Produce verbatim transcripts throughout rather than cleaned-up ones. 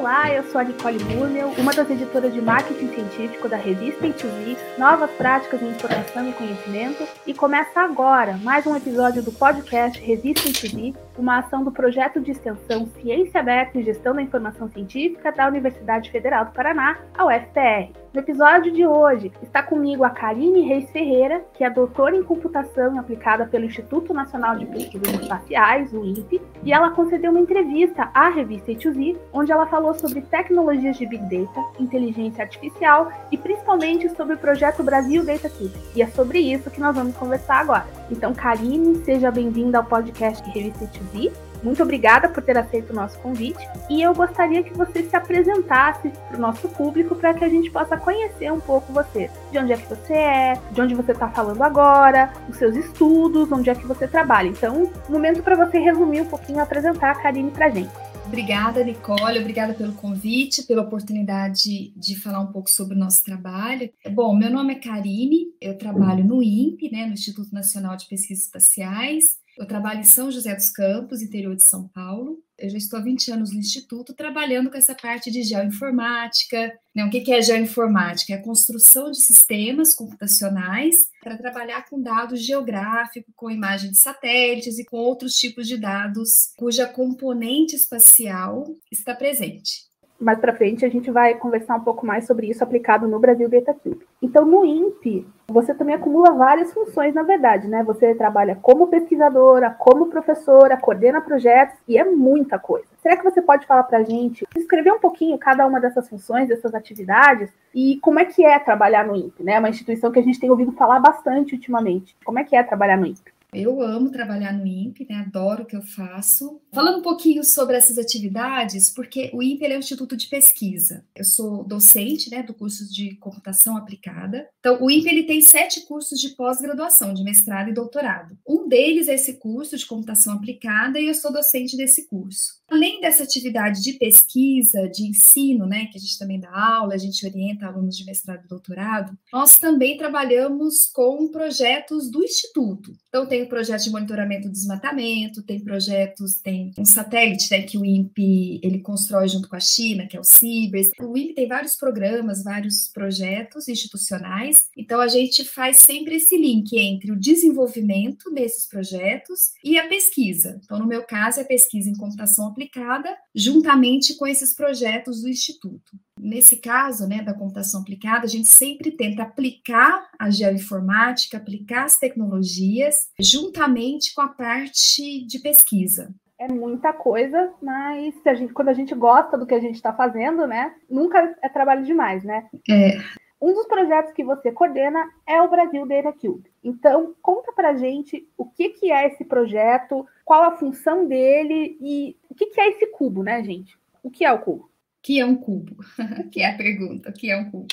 Olá, eu sou a Nicole Murnel, uma das editoras de marketing científico da revista A dois Z, Novas Práticas em Informação e Conhecimento, e começa agora mais um episódio do podcast Revista A dois Z, uma ação do projeto de extensão Ciência Aberta e Gestão da Informação Científica da Universidade Federal do Paraná, a U F P R. No episódio de hoje, está comigo a Karine Reis Ferreira, que é doutora em Computação Aplicada pelo Instituto Nacional de Pesquisas Espaciais, o I N P, e ela concedeu uma entrevista à revista A dois Z, onde ela falou sobre tecnologias de Big Data, inteligência artificial e principalmente sobre o projeto Brasil Data Cube. E é sobre isso que nós vamos conversar agora. Então, Karine, seja bem-vinda ao podcast Revista A dois Z. Muito obrigada por ter aceito o nosso convite e eu gostaria que você se apresentasse para o nosso público para que a gente possa conhecer um pouco você. De onde é que você é, de onde você está falando agora, os seus estudos, onde é que você trabalha. Então, momento para você resumir um pouquinho e apresentar a Karine para a gente. Obrigada, Nicole, obrigada pelo convite, pela oportunidade de falar um pouco sobre o nosso trabalho. Bom, meu nome é Karine, eu trabalho no I N P, né, no Instituto Nacional de Pesquisas Espaciais. Eu trabalho em São José dos Campos, interior de São Paulo. Eu já estou há vinte anos no Instituto trabalhando com essa parte de geoinformática. Né? O que é geoinformática? É a construção de sistemas computacionais para trabalhar com dados geográficos, com imagem de satélites e com outros tipos de dados cuja componente espacial está presente. Mais para frente a gente vai conversar um pouco mais sobre isso aplicado no Brasil Data Cube. Então, no I N P, você também acumula várias funções, na verdade, né? Você trabalha como pesquisadora, como professora, coordena projetos e é muita coisa. Será que você pode falar para a gente, descrever um pouquinho cada uma dessas funções, dessas atividades e como é que é trabalhar no I N P, né? É uma instituição que a gente tem ouvido falar bastante ultimamente. Como é que é trabalhar no I N P? Eu amo trabalhar no I N P, né? Adoro o que eu faço. Falando um pouquinho sobre essas atividades, porque o I N P ele é um instituto de pesquisa. Eu sou docente, né, do curso de computação aplicada. Então, o I N P ele tem sete cursos de pós-graduação, de mestrado e doutorado. Um deles é esse curso de computação aplicada e eu sou docente desse curso. Além dessa atividade de pesquisa, de ensino, né, que a gente também dá aula, a gente orienta alunos de mestrado e doutorado, nós também trabalhamos com projetos do Instituto. Então, tem o projeto de monitoramento do desmatamento, tem projetos, tem um satélite, né, que o I N P ele constrói junto com a China, que é o CIBERS. O I N P tem vários programas, vários projetos institucionais, então a gente faz sempre esse link entre o desenvolvimento desses projetos e a pesquisa. Então, no meu caso, é a pesquisa em computação aplicada, juntamente com esses projetos do Instituto. Nesse caso, né, da computação aplicada, a gente sempre tenta aplicar a geoinformática, aplicar as tecnologias, juntamente com a parte de pesquisa. É muita coisa, mas a gente, quando a gente gosta do que a gente está fazendo, né, nunca é trabalho demais, né? É. Um dos projetos que você coordena é o Brasil Data Cube. Então, conta pra gente o que, que é esse projeto, qual a função dele e o que, que é esse cubo, né, gente? O que é o cubo? O que é um cubo? Que é a pergunta, o que é um cubo?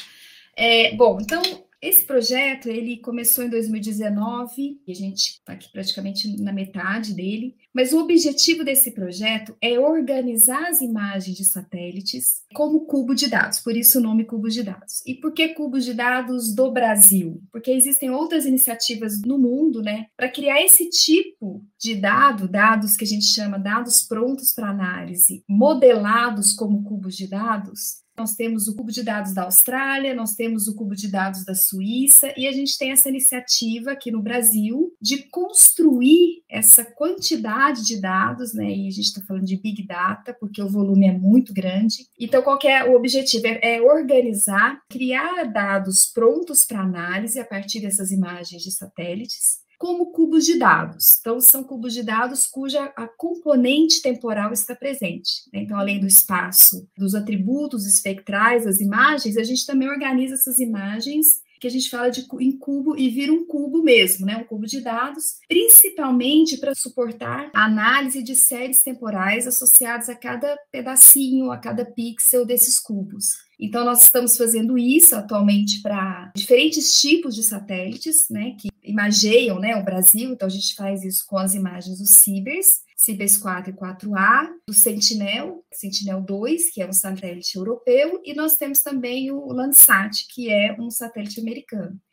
É, bom, então, esse projeto, ele começou em dois mil e dezenove, e a gente está aqui praticamente na metade dele, mas o objetivo desse projeto é organizar as imagens de satélites como cubo de dados, por isso o nome cubo de dados. E por que cubos de dados do Brasil? Porque existem outras iniciativas no mundo, né, para criar esse tipo de dado, dados que a gente chama dados prontos para análise, modelados como cubos de dados. Nós temos o cubo de dados da Austrália, nós temos o cubo de dados da Suíça, e a gente tem essa iniciativa aqui no Brasil de construir essa quantidade de dados, né? E a gente está falando de Big Data, porque o volume é muito grande. Então, qual que é o objetivo? É, é organizar, criar dados prontos para análise a partir dessas imagens de satélites, como cubos de dados. Então, são cubos de dados cuja a componente temporal está presente. Né? Então, além do espaço, dos atributos espectrais, das imagens, a gente também organiza essas imagens que a gente fala de em cubo e vira um cubo mesmo, né? Um cubo de dados, principalmente para suportar a análise de séries temporais associadas a cada pedacinho, a cada pixel desses cubos. Então, nós estamos fazendo isso atualmente para diferentes tipos de satélites, né, que imageiam, né, o Brasil. Então, a gente faz isso com as imagens do CIBERS, CIBERS quatro e quatro A, do Sentinel, Sentinel dois, que é um satélite europeu, e nós temos também o Landsat, que é um satélite americano.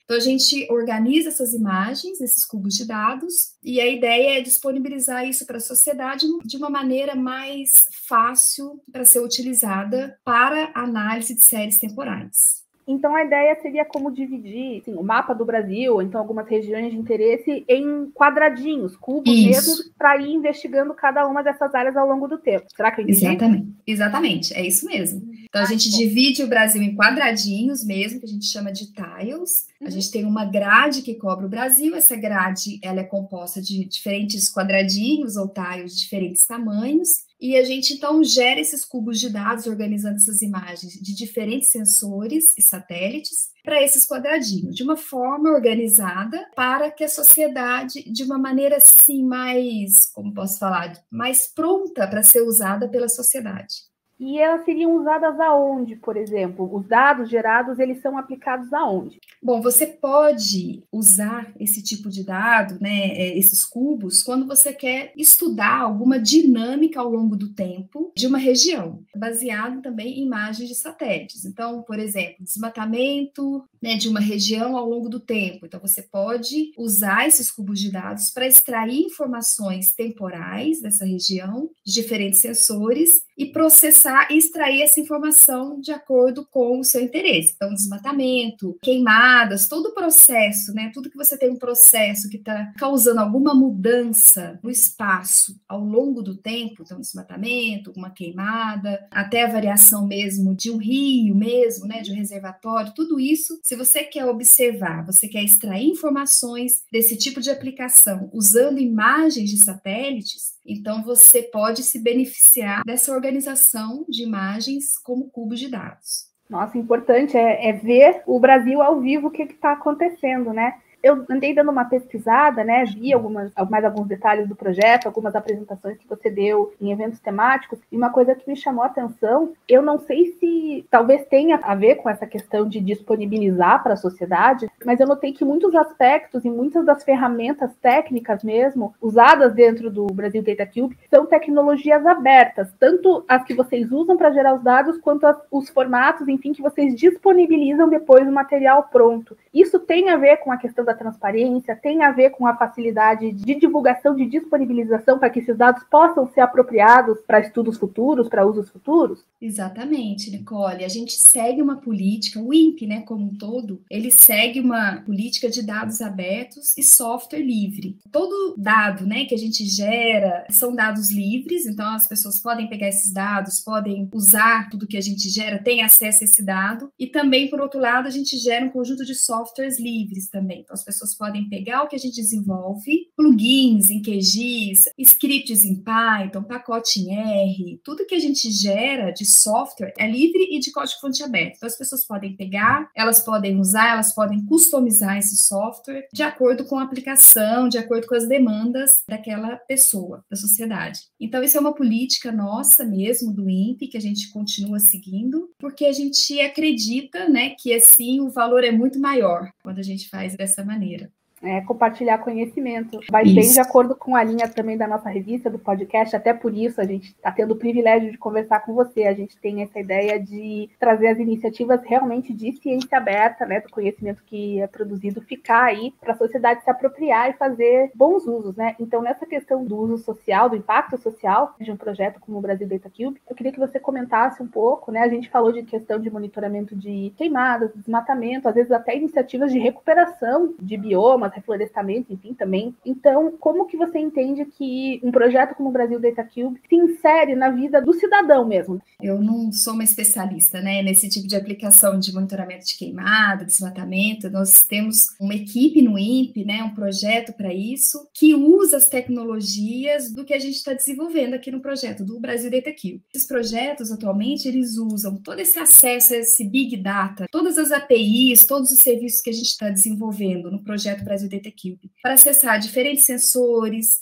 Então, a gente organiza essas imagens, esses cubos de dados, e a ideia é disponibilizar isso para a sociedade de uma maneira mais fácil para ser utilizada para análise de séries temporais. Então, a ideia seria como dividir assim, o mapa do Brasil, ou então algumas regiões de interesse, em quadradinhos, cubos Isso. mesmo, para ir investigando cada uma dessas áreas ao longo do tempo. Será que eu entendi? Exatamente, exatamente, é isso mesmo. Então, a gente ah, divide o Brasil em quadradinhos mesmo, que a gente chama de tiles. Uhum. A gente tem uma grade que cobre o Brasil, essa grade ela é composta de diferentes quadradinhos ou tiles de diferentes tamanhos. E a gente, então, gera esses cubos de dados, organizando essas imagens de diferentes sensores e satélites para esses quadradinhos, de uma forma organizada, para que a sociedade, de uma maneira, assim, mais, como posso falar, mais pronta para ser usada pela sociedade. E elas seriam usadas aonde, por exemplo? Os dados gerados, eles são aplicados aonde? Bom, você pode usar esse tipo de dado, né, esses cubos, quando você quer estudar alguma dinâmica ao longo do tempo de uma região, baseado também em imagens de satélites. Então, por exemplo, desmatamento, né, de uma região ao longo do tempo. Então, você pode usar esses cubos de dados para extrair informações temporais dessa região, de diferentes sensores, e processar e extrair essa informação de acordo com o seu interesse. Então, desmatamento, queimadas, todo o processo, né? Tudo que você tem um processo que está causando alguma mudança no espaço ao longo do tempo, então, desmatamento, uma queimada, até a variação mesmo de um rio mesmo, né? De um reservatório, tudo isso, se você quer observar, você quer extrair informações desse tipo de aplicação usando imagens de satélites, então você pode se beneficiar dessa organização de imagens como cubos de dados. Nossa, importante é, é ver o Brasil ao vivo, o que está acontecendo, né? Eu andei dando uma pesquisada, né? Vi algumas, mais alguns detalhes do projeto, algumas apresentações que você deu em eventos temáticos, e uma coisa que me chamou a atenção, eu não sei se talvez tenha a ver com essa questão de disponibilizar para a sociedade, mas eu notei que muitos aspectos e muitas das ferramentas técnicas mesmo, usadas dentro do Brasil DataCube, são tecnologias abertas, tanto as que vocês usam para gerar os dados, quanto as, os formatos, enfim, que vocês disponibilizam depois no material pronto. Isso tem a ver com a questão da transparência, tem a ver com a facilidade de divulgação, de disponibilização para que esses dados possam ser apropriados para estudos futuros, para usos futuros? Exatamente, Nicole. A gente segue uma política, o I N P, né, como um todo, ele segue uma política de dados abertos e software livre. Todo dado, né, que a gente gera são dados livres, então as pessoas podem pegar esses dados, podem usar tudo que a gente gera, tem acesso a esse dado, e também, por outro lado, a gente gera um conjunto de softwares livres também. Então, as pessoas podem pegar o que a gente desenvolve, plugins em Q G I S, scripts em Python, pacote em R, tudo que a gente gera de software é livre e de código-fonte aberto. Então, as pessoas podem pegar, elas podem usar, elas podem customizar esse software de acordo com a aplicação, de acordo com as demandas daquela pessoa, da sociedade. Então, isso é uma política nossa mesmo, do I N P, que a gente continua seguindo, porque a gente acredita, né, que assim o valor é muito maior quando a gente faz dessa maneira. É, compartilhar conhecimento. Vai isso. bem de acordo com a linha também da nossa revista, do podcast, até por isso a gente está tendo o privilégio de conversar com você. A gente tem essa ideia de trazer as iniciativas realmente de ciência aberta, né, do conhecimento que é produzido, ficar aí para a sociedade se apropriar e fazer bons usos, né? Então, nessa questão do uso social, do impacto social de um projeto como o Brasil DataCube, eu queria que você comentasse um pouco, né? A gente falou de questão de monitoramento de queimadas, desmatamento, às vezes até iniciativas de recuperação de biomas, reflorestamento, enfim, também. Então, como que você entende que um projeto como o Brasil DataCube se insere na vida do cidadão mesmo? Eu não sou uma especialista, né, nesse tipo de aplicação de monitoramento de queimada, desmatamento. Nós temos uma equipe no I N P, né, um projeto para isso, que usa as tecnologias do que a gente está desenvolvendo aqui no projeto do Brasil DataCube. Esses projetos, atualmente, eles usam todo esse acesso a esse Big Data, todas as A P Is, todos os serviços que a gente está desenvolvendo no projeto Brasil DataCube, para acessar diferentes sensores,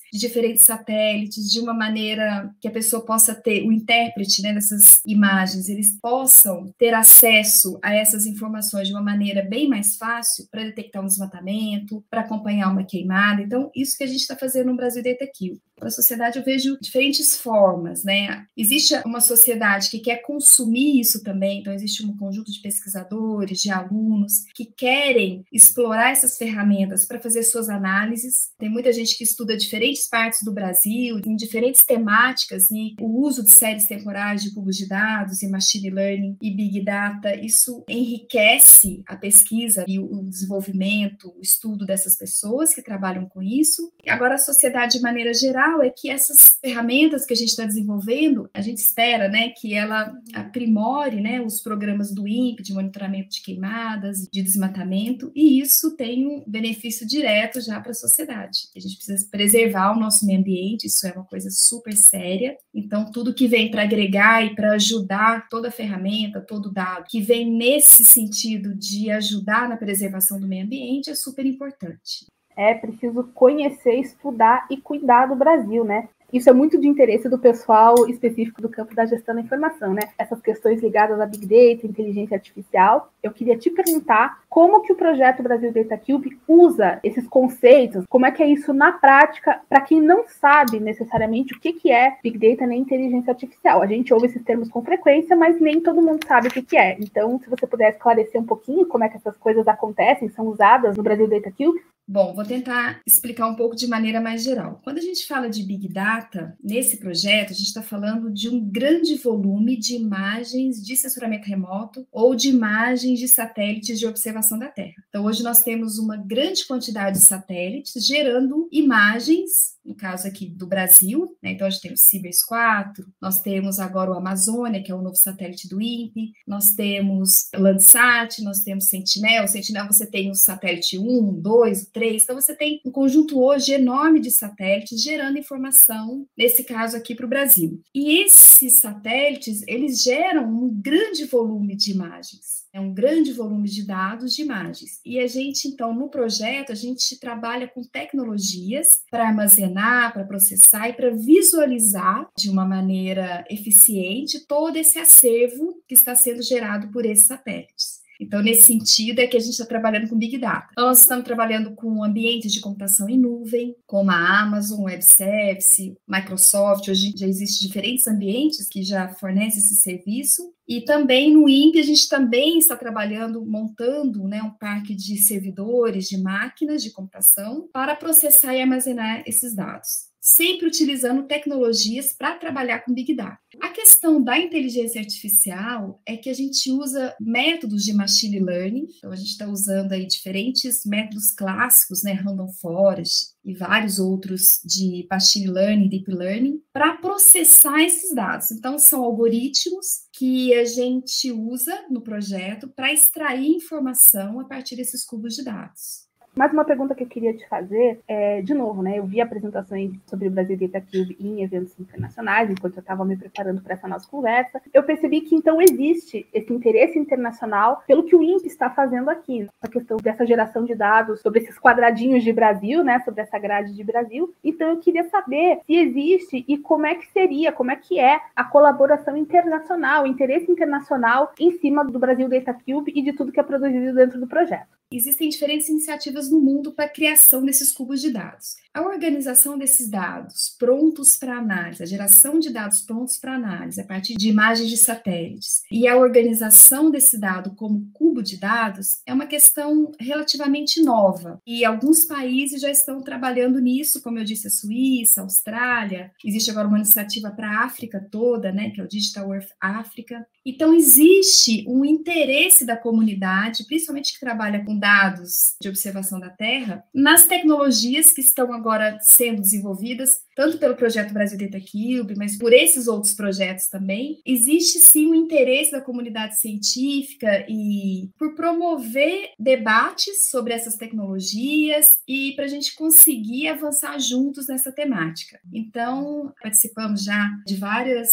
de diferentes satélites, de uma maneira que a pessoa possa ter, o intérprete, né, dessas imagens, eles possam ter acesso a essas informações de uma maneira bem mais fácil para detectar um desmatamento, para acompanhar uma queimada. Então, isso que a gente está fazendo no Brasil Data Kill. Para a sociedade, eu vejo diferentes formas, né? Existe uma sociedade que quer consumir isso também, então existe um conjunto de pesquisadores, de alunos, que querem explorar essas ferramentas para fazer suas análises. Tem muita gente que estuda diferentes partes do Brasil, em diferentes temáticas, e o uso de séries temporais de cubos de dados, e machine learning, e big data, isso enriquece a pesquisa e o desenvolvimento, o estudo dessas pessoas que trabalham com isso. Agora, a sociedade, de maneira geral, é que essas ferramentas que a gente está desenvolvendo, a gente espera, né, que ela aprimore, né, os programas do I N P E de monitoramento de queimadas, de desmatamento, e isso tem um benefício direto já para a sociedade. A gente precisa preservar o nosso meio ambiente, isso é uma coisa super séria. Então, tudo que vem para agregar e para ajudar, toda a ferramenta, todo dado, que vem nesse sentido de ajudar na preservação do meio ambiente, é super importante. É preciso conhecer, estudar e cuidar do Brasil, né? Isso é muito de interesse do pessoal específico do campo da gestão da informação, né? Essas questões ligadas a Big Data, inteligência artificial. Eu queria te perguntar como que o projeto Brasil Data Cube usa esses conceitos, como é que é isso na prática, para quem não sabe necessariamente o que, que é Big Data nem inteligência artificial. A gente ouve esses termos com frequência, mas nem todo mundo sabe o que, que é. Então, se você puder esclarecer um pouquinho como é que essas coisas acontecem, são usadas no Brasil Data Cube. Bom, vou tentar explicar um pouco de maneira mais geral. Quando a gente fala de Big Data, nesse projeto, a gente está falando de um grande volume de imagens de sensoramento remoto ou de imagens de satélites de observação da Terra. Então, hoje nós temos uma grande quantidade de satélites gerando imagens, no caso aqui do Brasil, né? Então a gente tem o Cibers quatro, nós temos agora o Amazônia, que é o novo satélite do I N P E, nós temos Landsat, nós temos Sentinel, o Sentinel você tem o satélite um, dois, três, então você tem um conjunto hoje enorme de satélites gerando informação, nesse caso aqui para o Brasil. E esses satélites, eles geram um grande volume de imagens. É um grande volume de dados, de imagens. E a gente, então, no projeto, a gente trabalha com tecnologias para armazenar, para processar e para visualizar de uma maneira eficiente todo esse acervo que está sendo gerado por esses satélites. Então, nesse sentido, é que a gente está trabalhando com Big Data. Nós estamos trabalhando com ambientes de computação em nuvem, como a Amazon Web Service, Microsoft. Hoje já existem diferentes ambientes que já fornecem esse serviço. E também no I N P E, a gente também está trabalhando, montando, né, um parque de servidores, de máquinas de computação, para processar e armazenar esses dados, sempre utilizando tecnologias para trabalhar com Big Data. A questão da inteligência artificial é que a gente usa métodos de machine learning, então a gente está usando aí diferentes métodos clássicos, né, Random Forest e vários outros de machine learning, deep learning, para processar esses dados. Então são algoritmos que a gente usa no projeto para extrair informação a partir desses cubos de dados. Mais uma pergunta que eu queria te fazer é, de novo, né? Eu vi apresentações sobre o Brasil Data Cube em eventos internacionais, enquanto eu estava me preparando para essa nossa conversa. Eu percebi que, então, existe esse interesse internacional pelo que o I N P E está fazendo aqui, a questão dessa geração de dados sobre esses quadradinhos de Brasil, né? Sobre essa grade de Brasil. Então, eu queria saber se existe e como é que seria, como é que é a colaboração internacional, o interesse internacional em cima do Brasil Data Cube e de tudo que é produzido dentro do projeto. Existem diferentes iniciativas no mundo para a criação desses cubos de dados. A organização desses dados prontos para análise, a geração de dados prontos para análise a partir de imagens de satélites e a organização desse dado como cubo de dados é uma questão relativamente nova. E alguns países já estão trabalhando nisso, como eu disse, a Suíça, a Austrália. Existe agora uma iniciativa para a África toda, né, que é o Digital Earth Africa. Então, existe um interesse da comunidade, principalmente que trabalha com dados de observação da Terra, nas tecnologias que estão agora sendo desenvolvidas, tanto pelo projeto Brasil Data Cube, mas por esses outros projetos também. Existe, sim, um interesse da comunidade científica e por promover debates sobre essas tecnologias e para a gente conseguir avançar juntos nessa temática. Então, participamos já de várias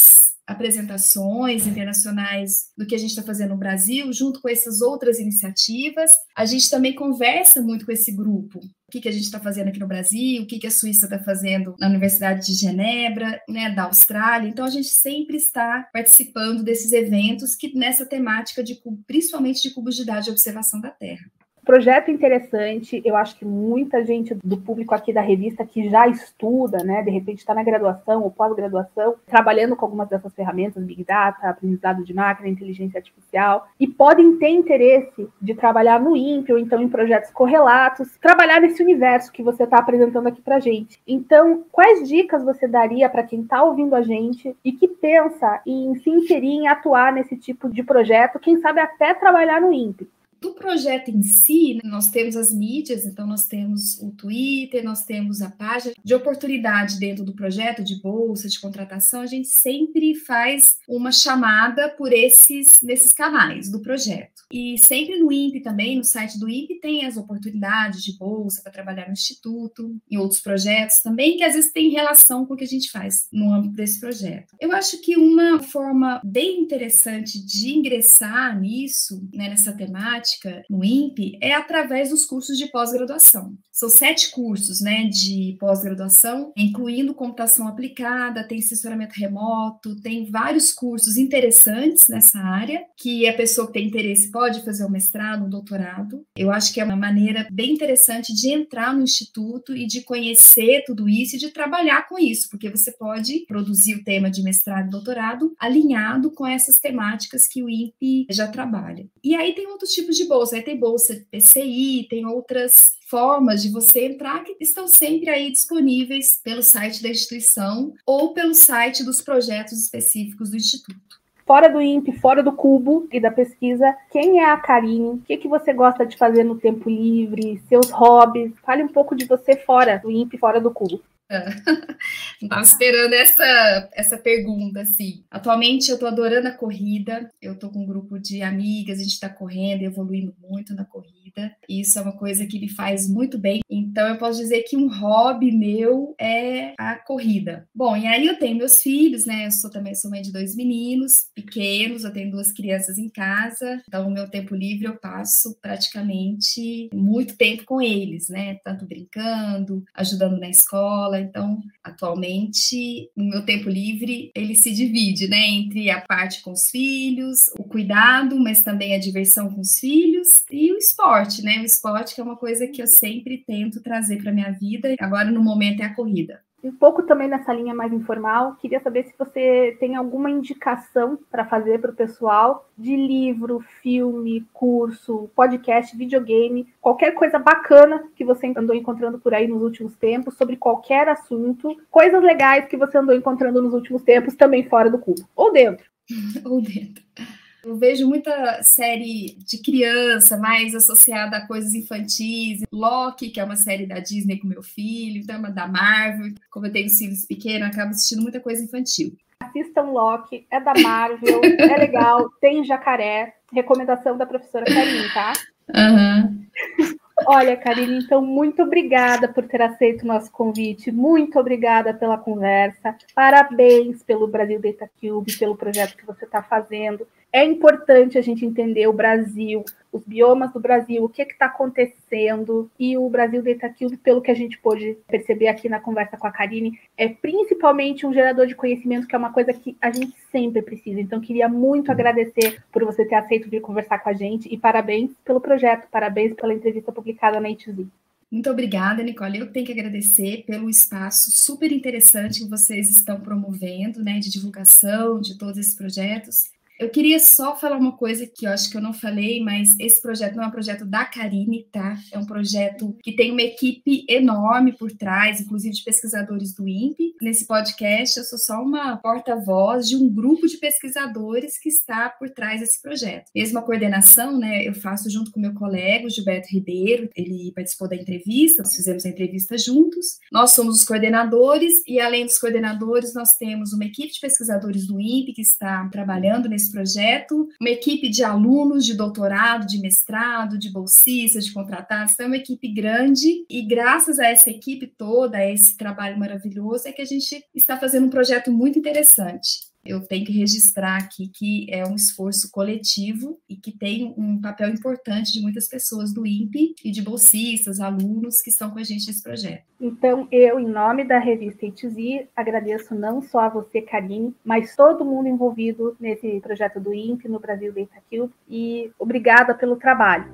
apresentações internacionais do que a gente está fazendo no Brasil, junto com essas outras iniciativas. A gente também conversa muito com esse grupo. O que, que a gente está fazendo aqui no Brasil, o que, que a Suíça está fazendo na Universidade de Genebra, né, da Austrália. Então, a gente sempre está participando desses eventos que nessa temática, de, principalmente de cubos de dados de observação da Terra. Projeto interessante, eu acho que muita gente do público aqui da revista que já estuda, né, de repente está na graduação ou pós-graduação, trabalhando com algumas dessas ferramentas, Big Data, aprendizado de máquina, inteligência artificial, e podem ter interesse de trabalhar no INPE ou então em projetos correlatos, trabalhar nesse universo que você está apresentando aqui para a gente. Então, quais dicas você daria para quem está ouvindo a gente e que pensa em se inserir, em atuar nesse tipo de projeto, quem sabe até trabalhar no INPE? Do projeto em si, nós temos as mídias, então nós temos o Twitter, nós temos a página de oportunidade dentro do projeto, de bolsa, de contratação, a gente sempre faz uma chamada por esses, nesses canais do projeto. E sempre no INPE também, no site do INPE, tem as oportunidades de bolsa para trabalhar no Instituto, em outros projetos também, que às vezes tem relação com o que a gente faz no âmbito desse projeto. Eu acho que uma forma bem interessante de ingressar nisso, né, nessa temática, no INPE, é através dos cursos de pós-graduação. São sete cursos, né, de pós-graduação, incluindo computação aplicada, tem assessoramento remoto, tem vários cursos interessantes nessa área, que a pessoa que tem interesse pode fazer um mestrado, um doutorado. Eu acho que é uma maneira bem interessante de entrar no instituto e de conhecer tudo isso e de trabalhar com isso, porque você pode produzir o tema de mestrado e doutorado alinhado com essas temáticas que o INPE já trabalha. E aí tem outros tipos de bolsa, aí tem bolsa P C I, tem outras formas de você entrar que estão sempre aí disponíveis pelo site da instituição ou pelo site dos projetos específicos do instituto. Fora do INPE, fora do cubo e da pesquisa, quem é a Karine? O que, que você gosta de fazer no tempo livre? Seus hobbies? Fale um pouco de você fora do INPE, fora do cubo. Não estava esperando essa, essa pergunta, assim. Atualmente eu estou adorando a corrida, eu estou com um grupo de amigas, a gente está correndo e evoluindo muito na corrida. Isso é uma coisa que me faz muito bem. Então eu posso dizer que um hobby meu é a corrida. Bom, e aí eu tenho meus filhos, né? Eu sou também sou mãe de dois meninos pequenos, eu tenho duas crianças em casa. Então, no meu tempo livre eu passo praticamente muito tempo com eles, né? Tanto brincando, ajudando na escola. Então, atualmente, no meu tempo livre, ele se divide, né, entre a parte com os filhos, o cuidado, mas também a diversão com os filhos e o esporte, né, o esporte que é uma coisa que eu sempre tento trazer para minha vida. Agora, no momento, é a corrida. Um pouco também nessa linha mais informal, queria saber se você tem alguma indicação para fazer para o pessoal de livro, filme, curso, podcast, videogame, qualquer coisa bacana que você andou encontrando por aí nos últimos tempos, sobre qualquer assunto, coisas legais que você andou encontrando nos últimos tempos, também fora do cubo, ou dentro. Ou dentro. Eu vejo muita série de criança, mais associada a coisas infantis. Loki, que é uma série da Disney com meu filho, então é uma da Marvel. Como eu tenho filhos pequenos, eu acabo assistindo muita coisa infantil. Assistam Loki, é da Marvel, é legal, tem jacaré. Recomendação da professora Karine, tá? Uhum. Olha, Karine, então, muito obrigada por ter aceito o nosso convite, muito obrigada pela conversa, parabéns pelo Brasil Data Cube, pelo projeto que você está fazendo. É importante a gente entender o Brasil, os biomas do Brasil, o que está acontecendo, e o Brasil Data Cube, pelo que a gente pôde perceber aqui na conversa com a Karine, é principalmente um gerador de conhecimento, que é uma coisa que a gente sempre precisa. Então, queria muito agradecer por você ter aceito vir conversar com a gente, e parabéns pelo projeto, parabéns pela entrevista publicada na I T Z. Muito obrigada, Nicole. Eu tenho que agradecer pelo espaço super interessante que vocês estão promovendo, né, de divulgação de todos esses projetos. Eu queria só falar uma coisa que eu acho que eu não falei, mas esse projeto não é um projeto da Karine, tá? É um projeto que tem uma equipe enorme por trás, inclusive de pesquisadores do INPE. Nesse podcast, eu sou só uma porta-voz de um grupo de pesquisadores que está por trás desse projeto. Mesmo a coordenação, né, eu faço junto com meu colega, o Gilberto Ribeiro, ele participou da entrevista, nós fizemos a entrevista juntos. Nós somos os coordenadores e, além dos coordenadores, nós temos uma equipe de pesquisadores do INPE que está trabalhando nesse projeto, uma equipe de alunos de doutorado, de mestrado, de bolsistas, de contratados, então é uma equipe grande, e graças a essa equipe toda, a esse trabalho maravilhoso, é que a gente está fazendo um projeto muito interessante. eu tenho que registrar aqui que é um esforço coletivo e que tem um papel importante de muitas pessoas do I N P E e de bolsistas, alunos que estão com a gente nesse projeto. Então, eu, em nome da revista A to Z, agradeço não só a você, Karine, mas todo mundo envolvido nesse projeto do I N P E no Brasil Data Cube, e obrigada pelo trabalho.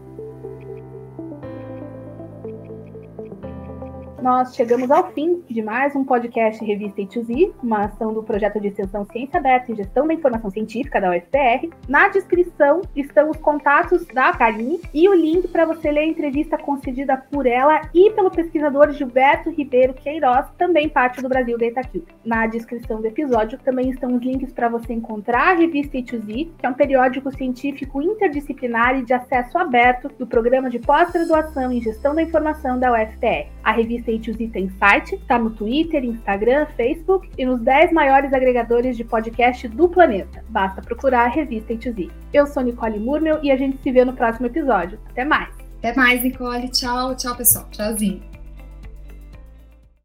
Nós chegamos ao fim de mais um podcast Revista A to Z, uma ação do projeto de extensão Ciência Aberta e Gestão da Informação Científica da U F P R. Na descrição estão os contatos da Karine e o link para você ler a entrevista concedida por ela e pelo pesquisador Gilberto Ribeiro Queiroz, também parte do Brasil Data Cube. Na descrição do episódio também estão os links para você encontrar a Revista A to Z, que é um periódico científico interdisciplinar e de acesso aberto do Programa de Pós-Graduação em Gestão da Informação da U F P R. A revista A to Z tem site, está no Twitter, Instagram, Facebook e nos dez maiores agregadores de podcast do planeta. Basta procurar a revista A to Z. Eu sou Nicole Murmel e a gente se vê no próximo episódio. Até mais! Até mais, Nicole. Tchau, tchau, pessoal. Tchauzinho.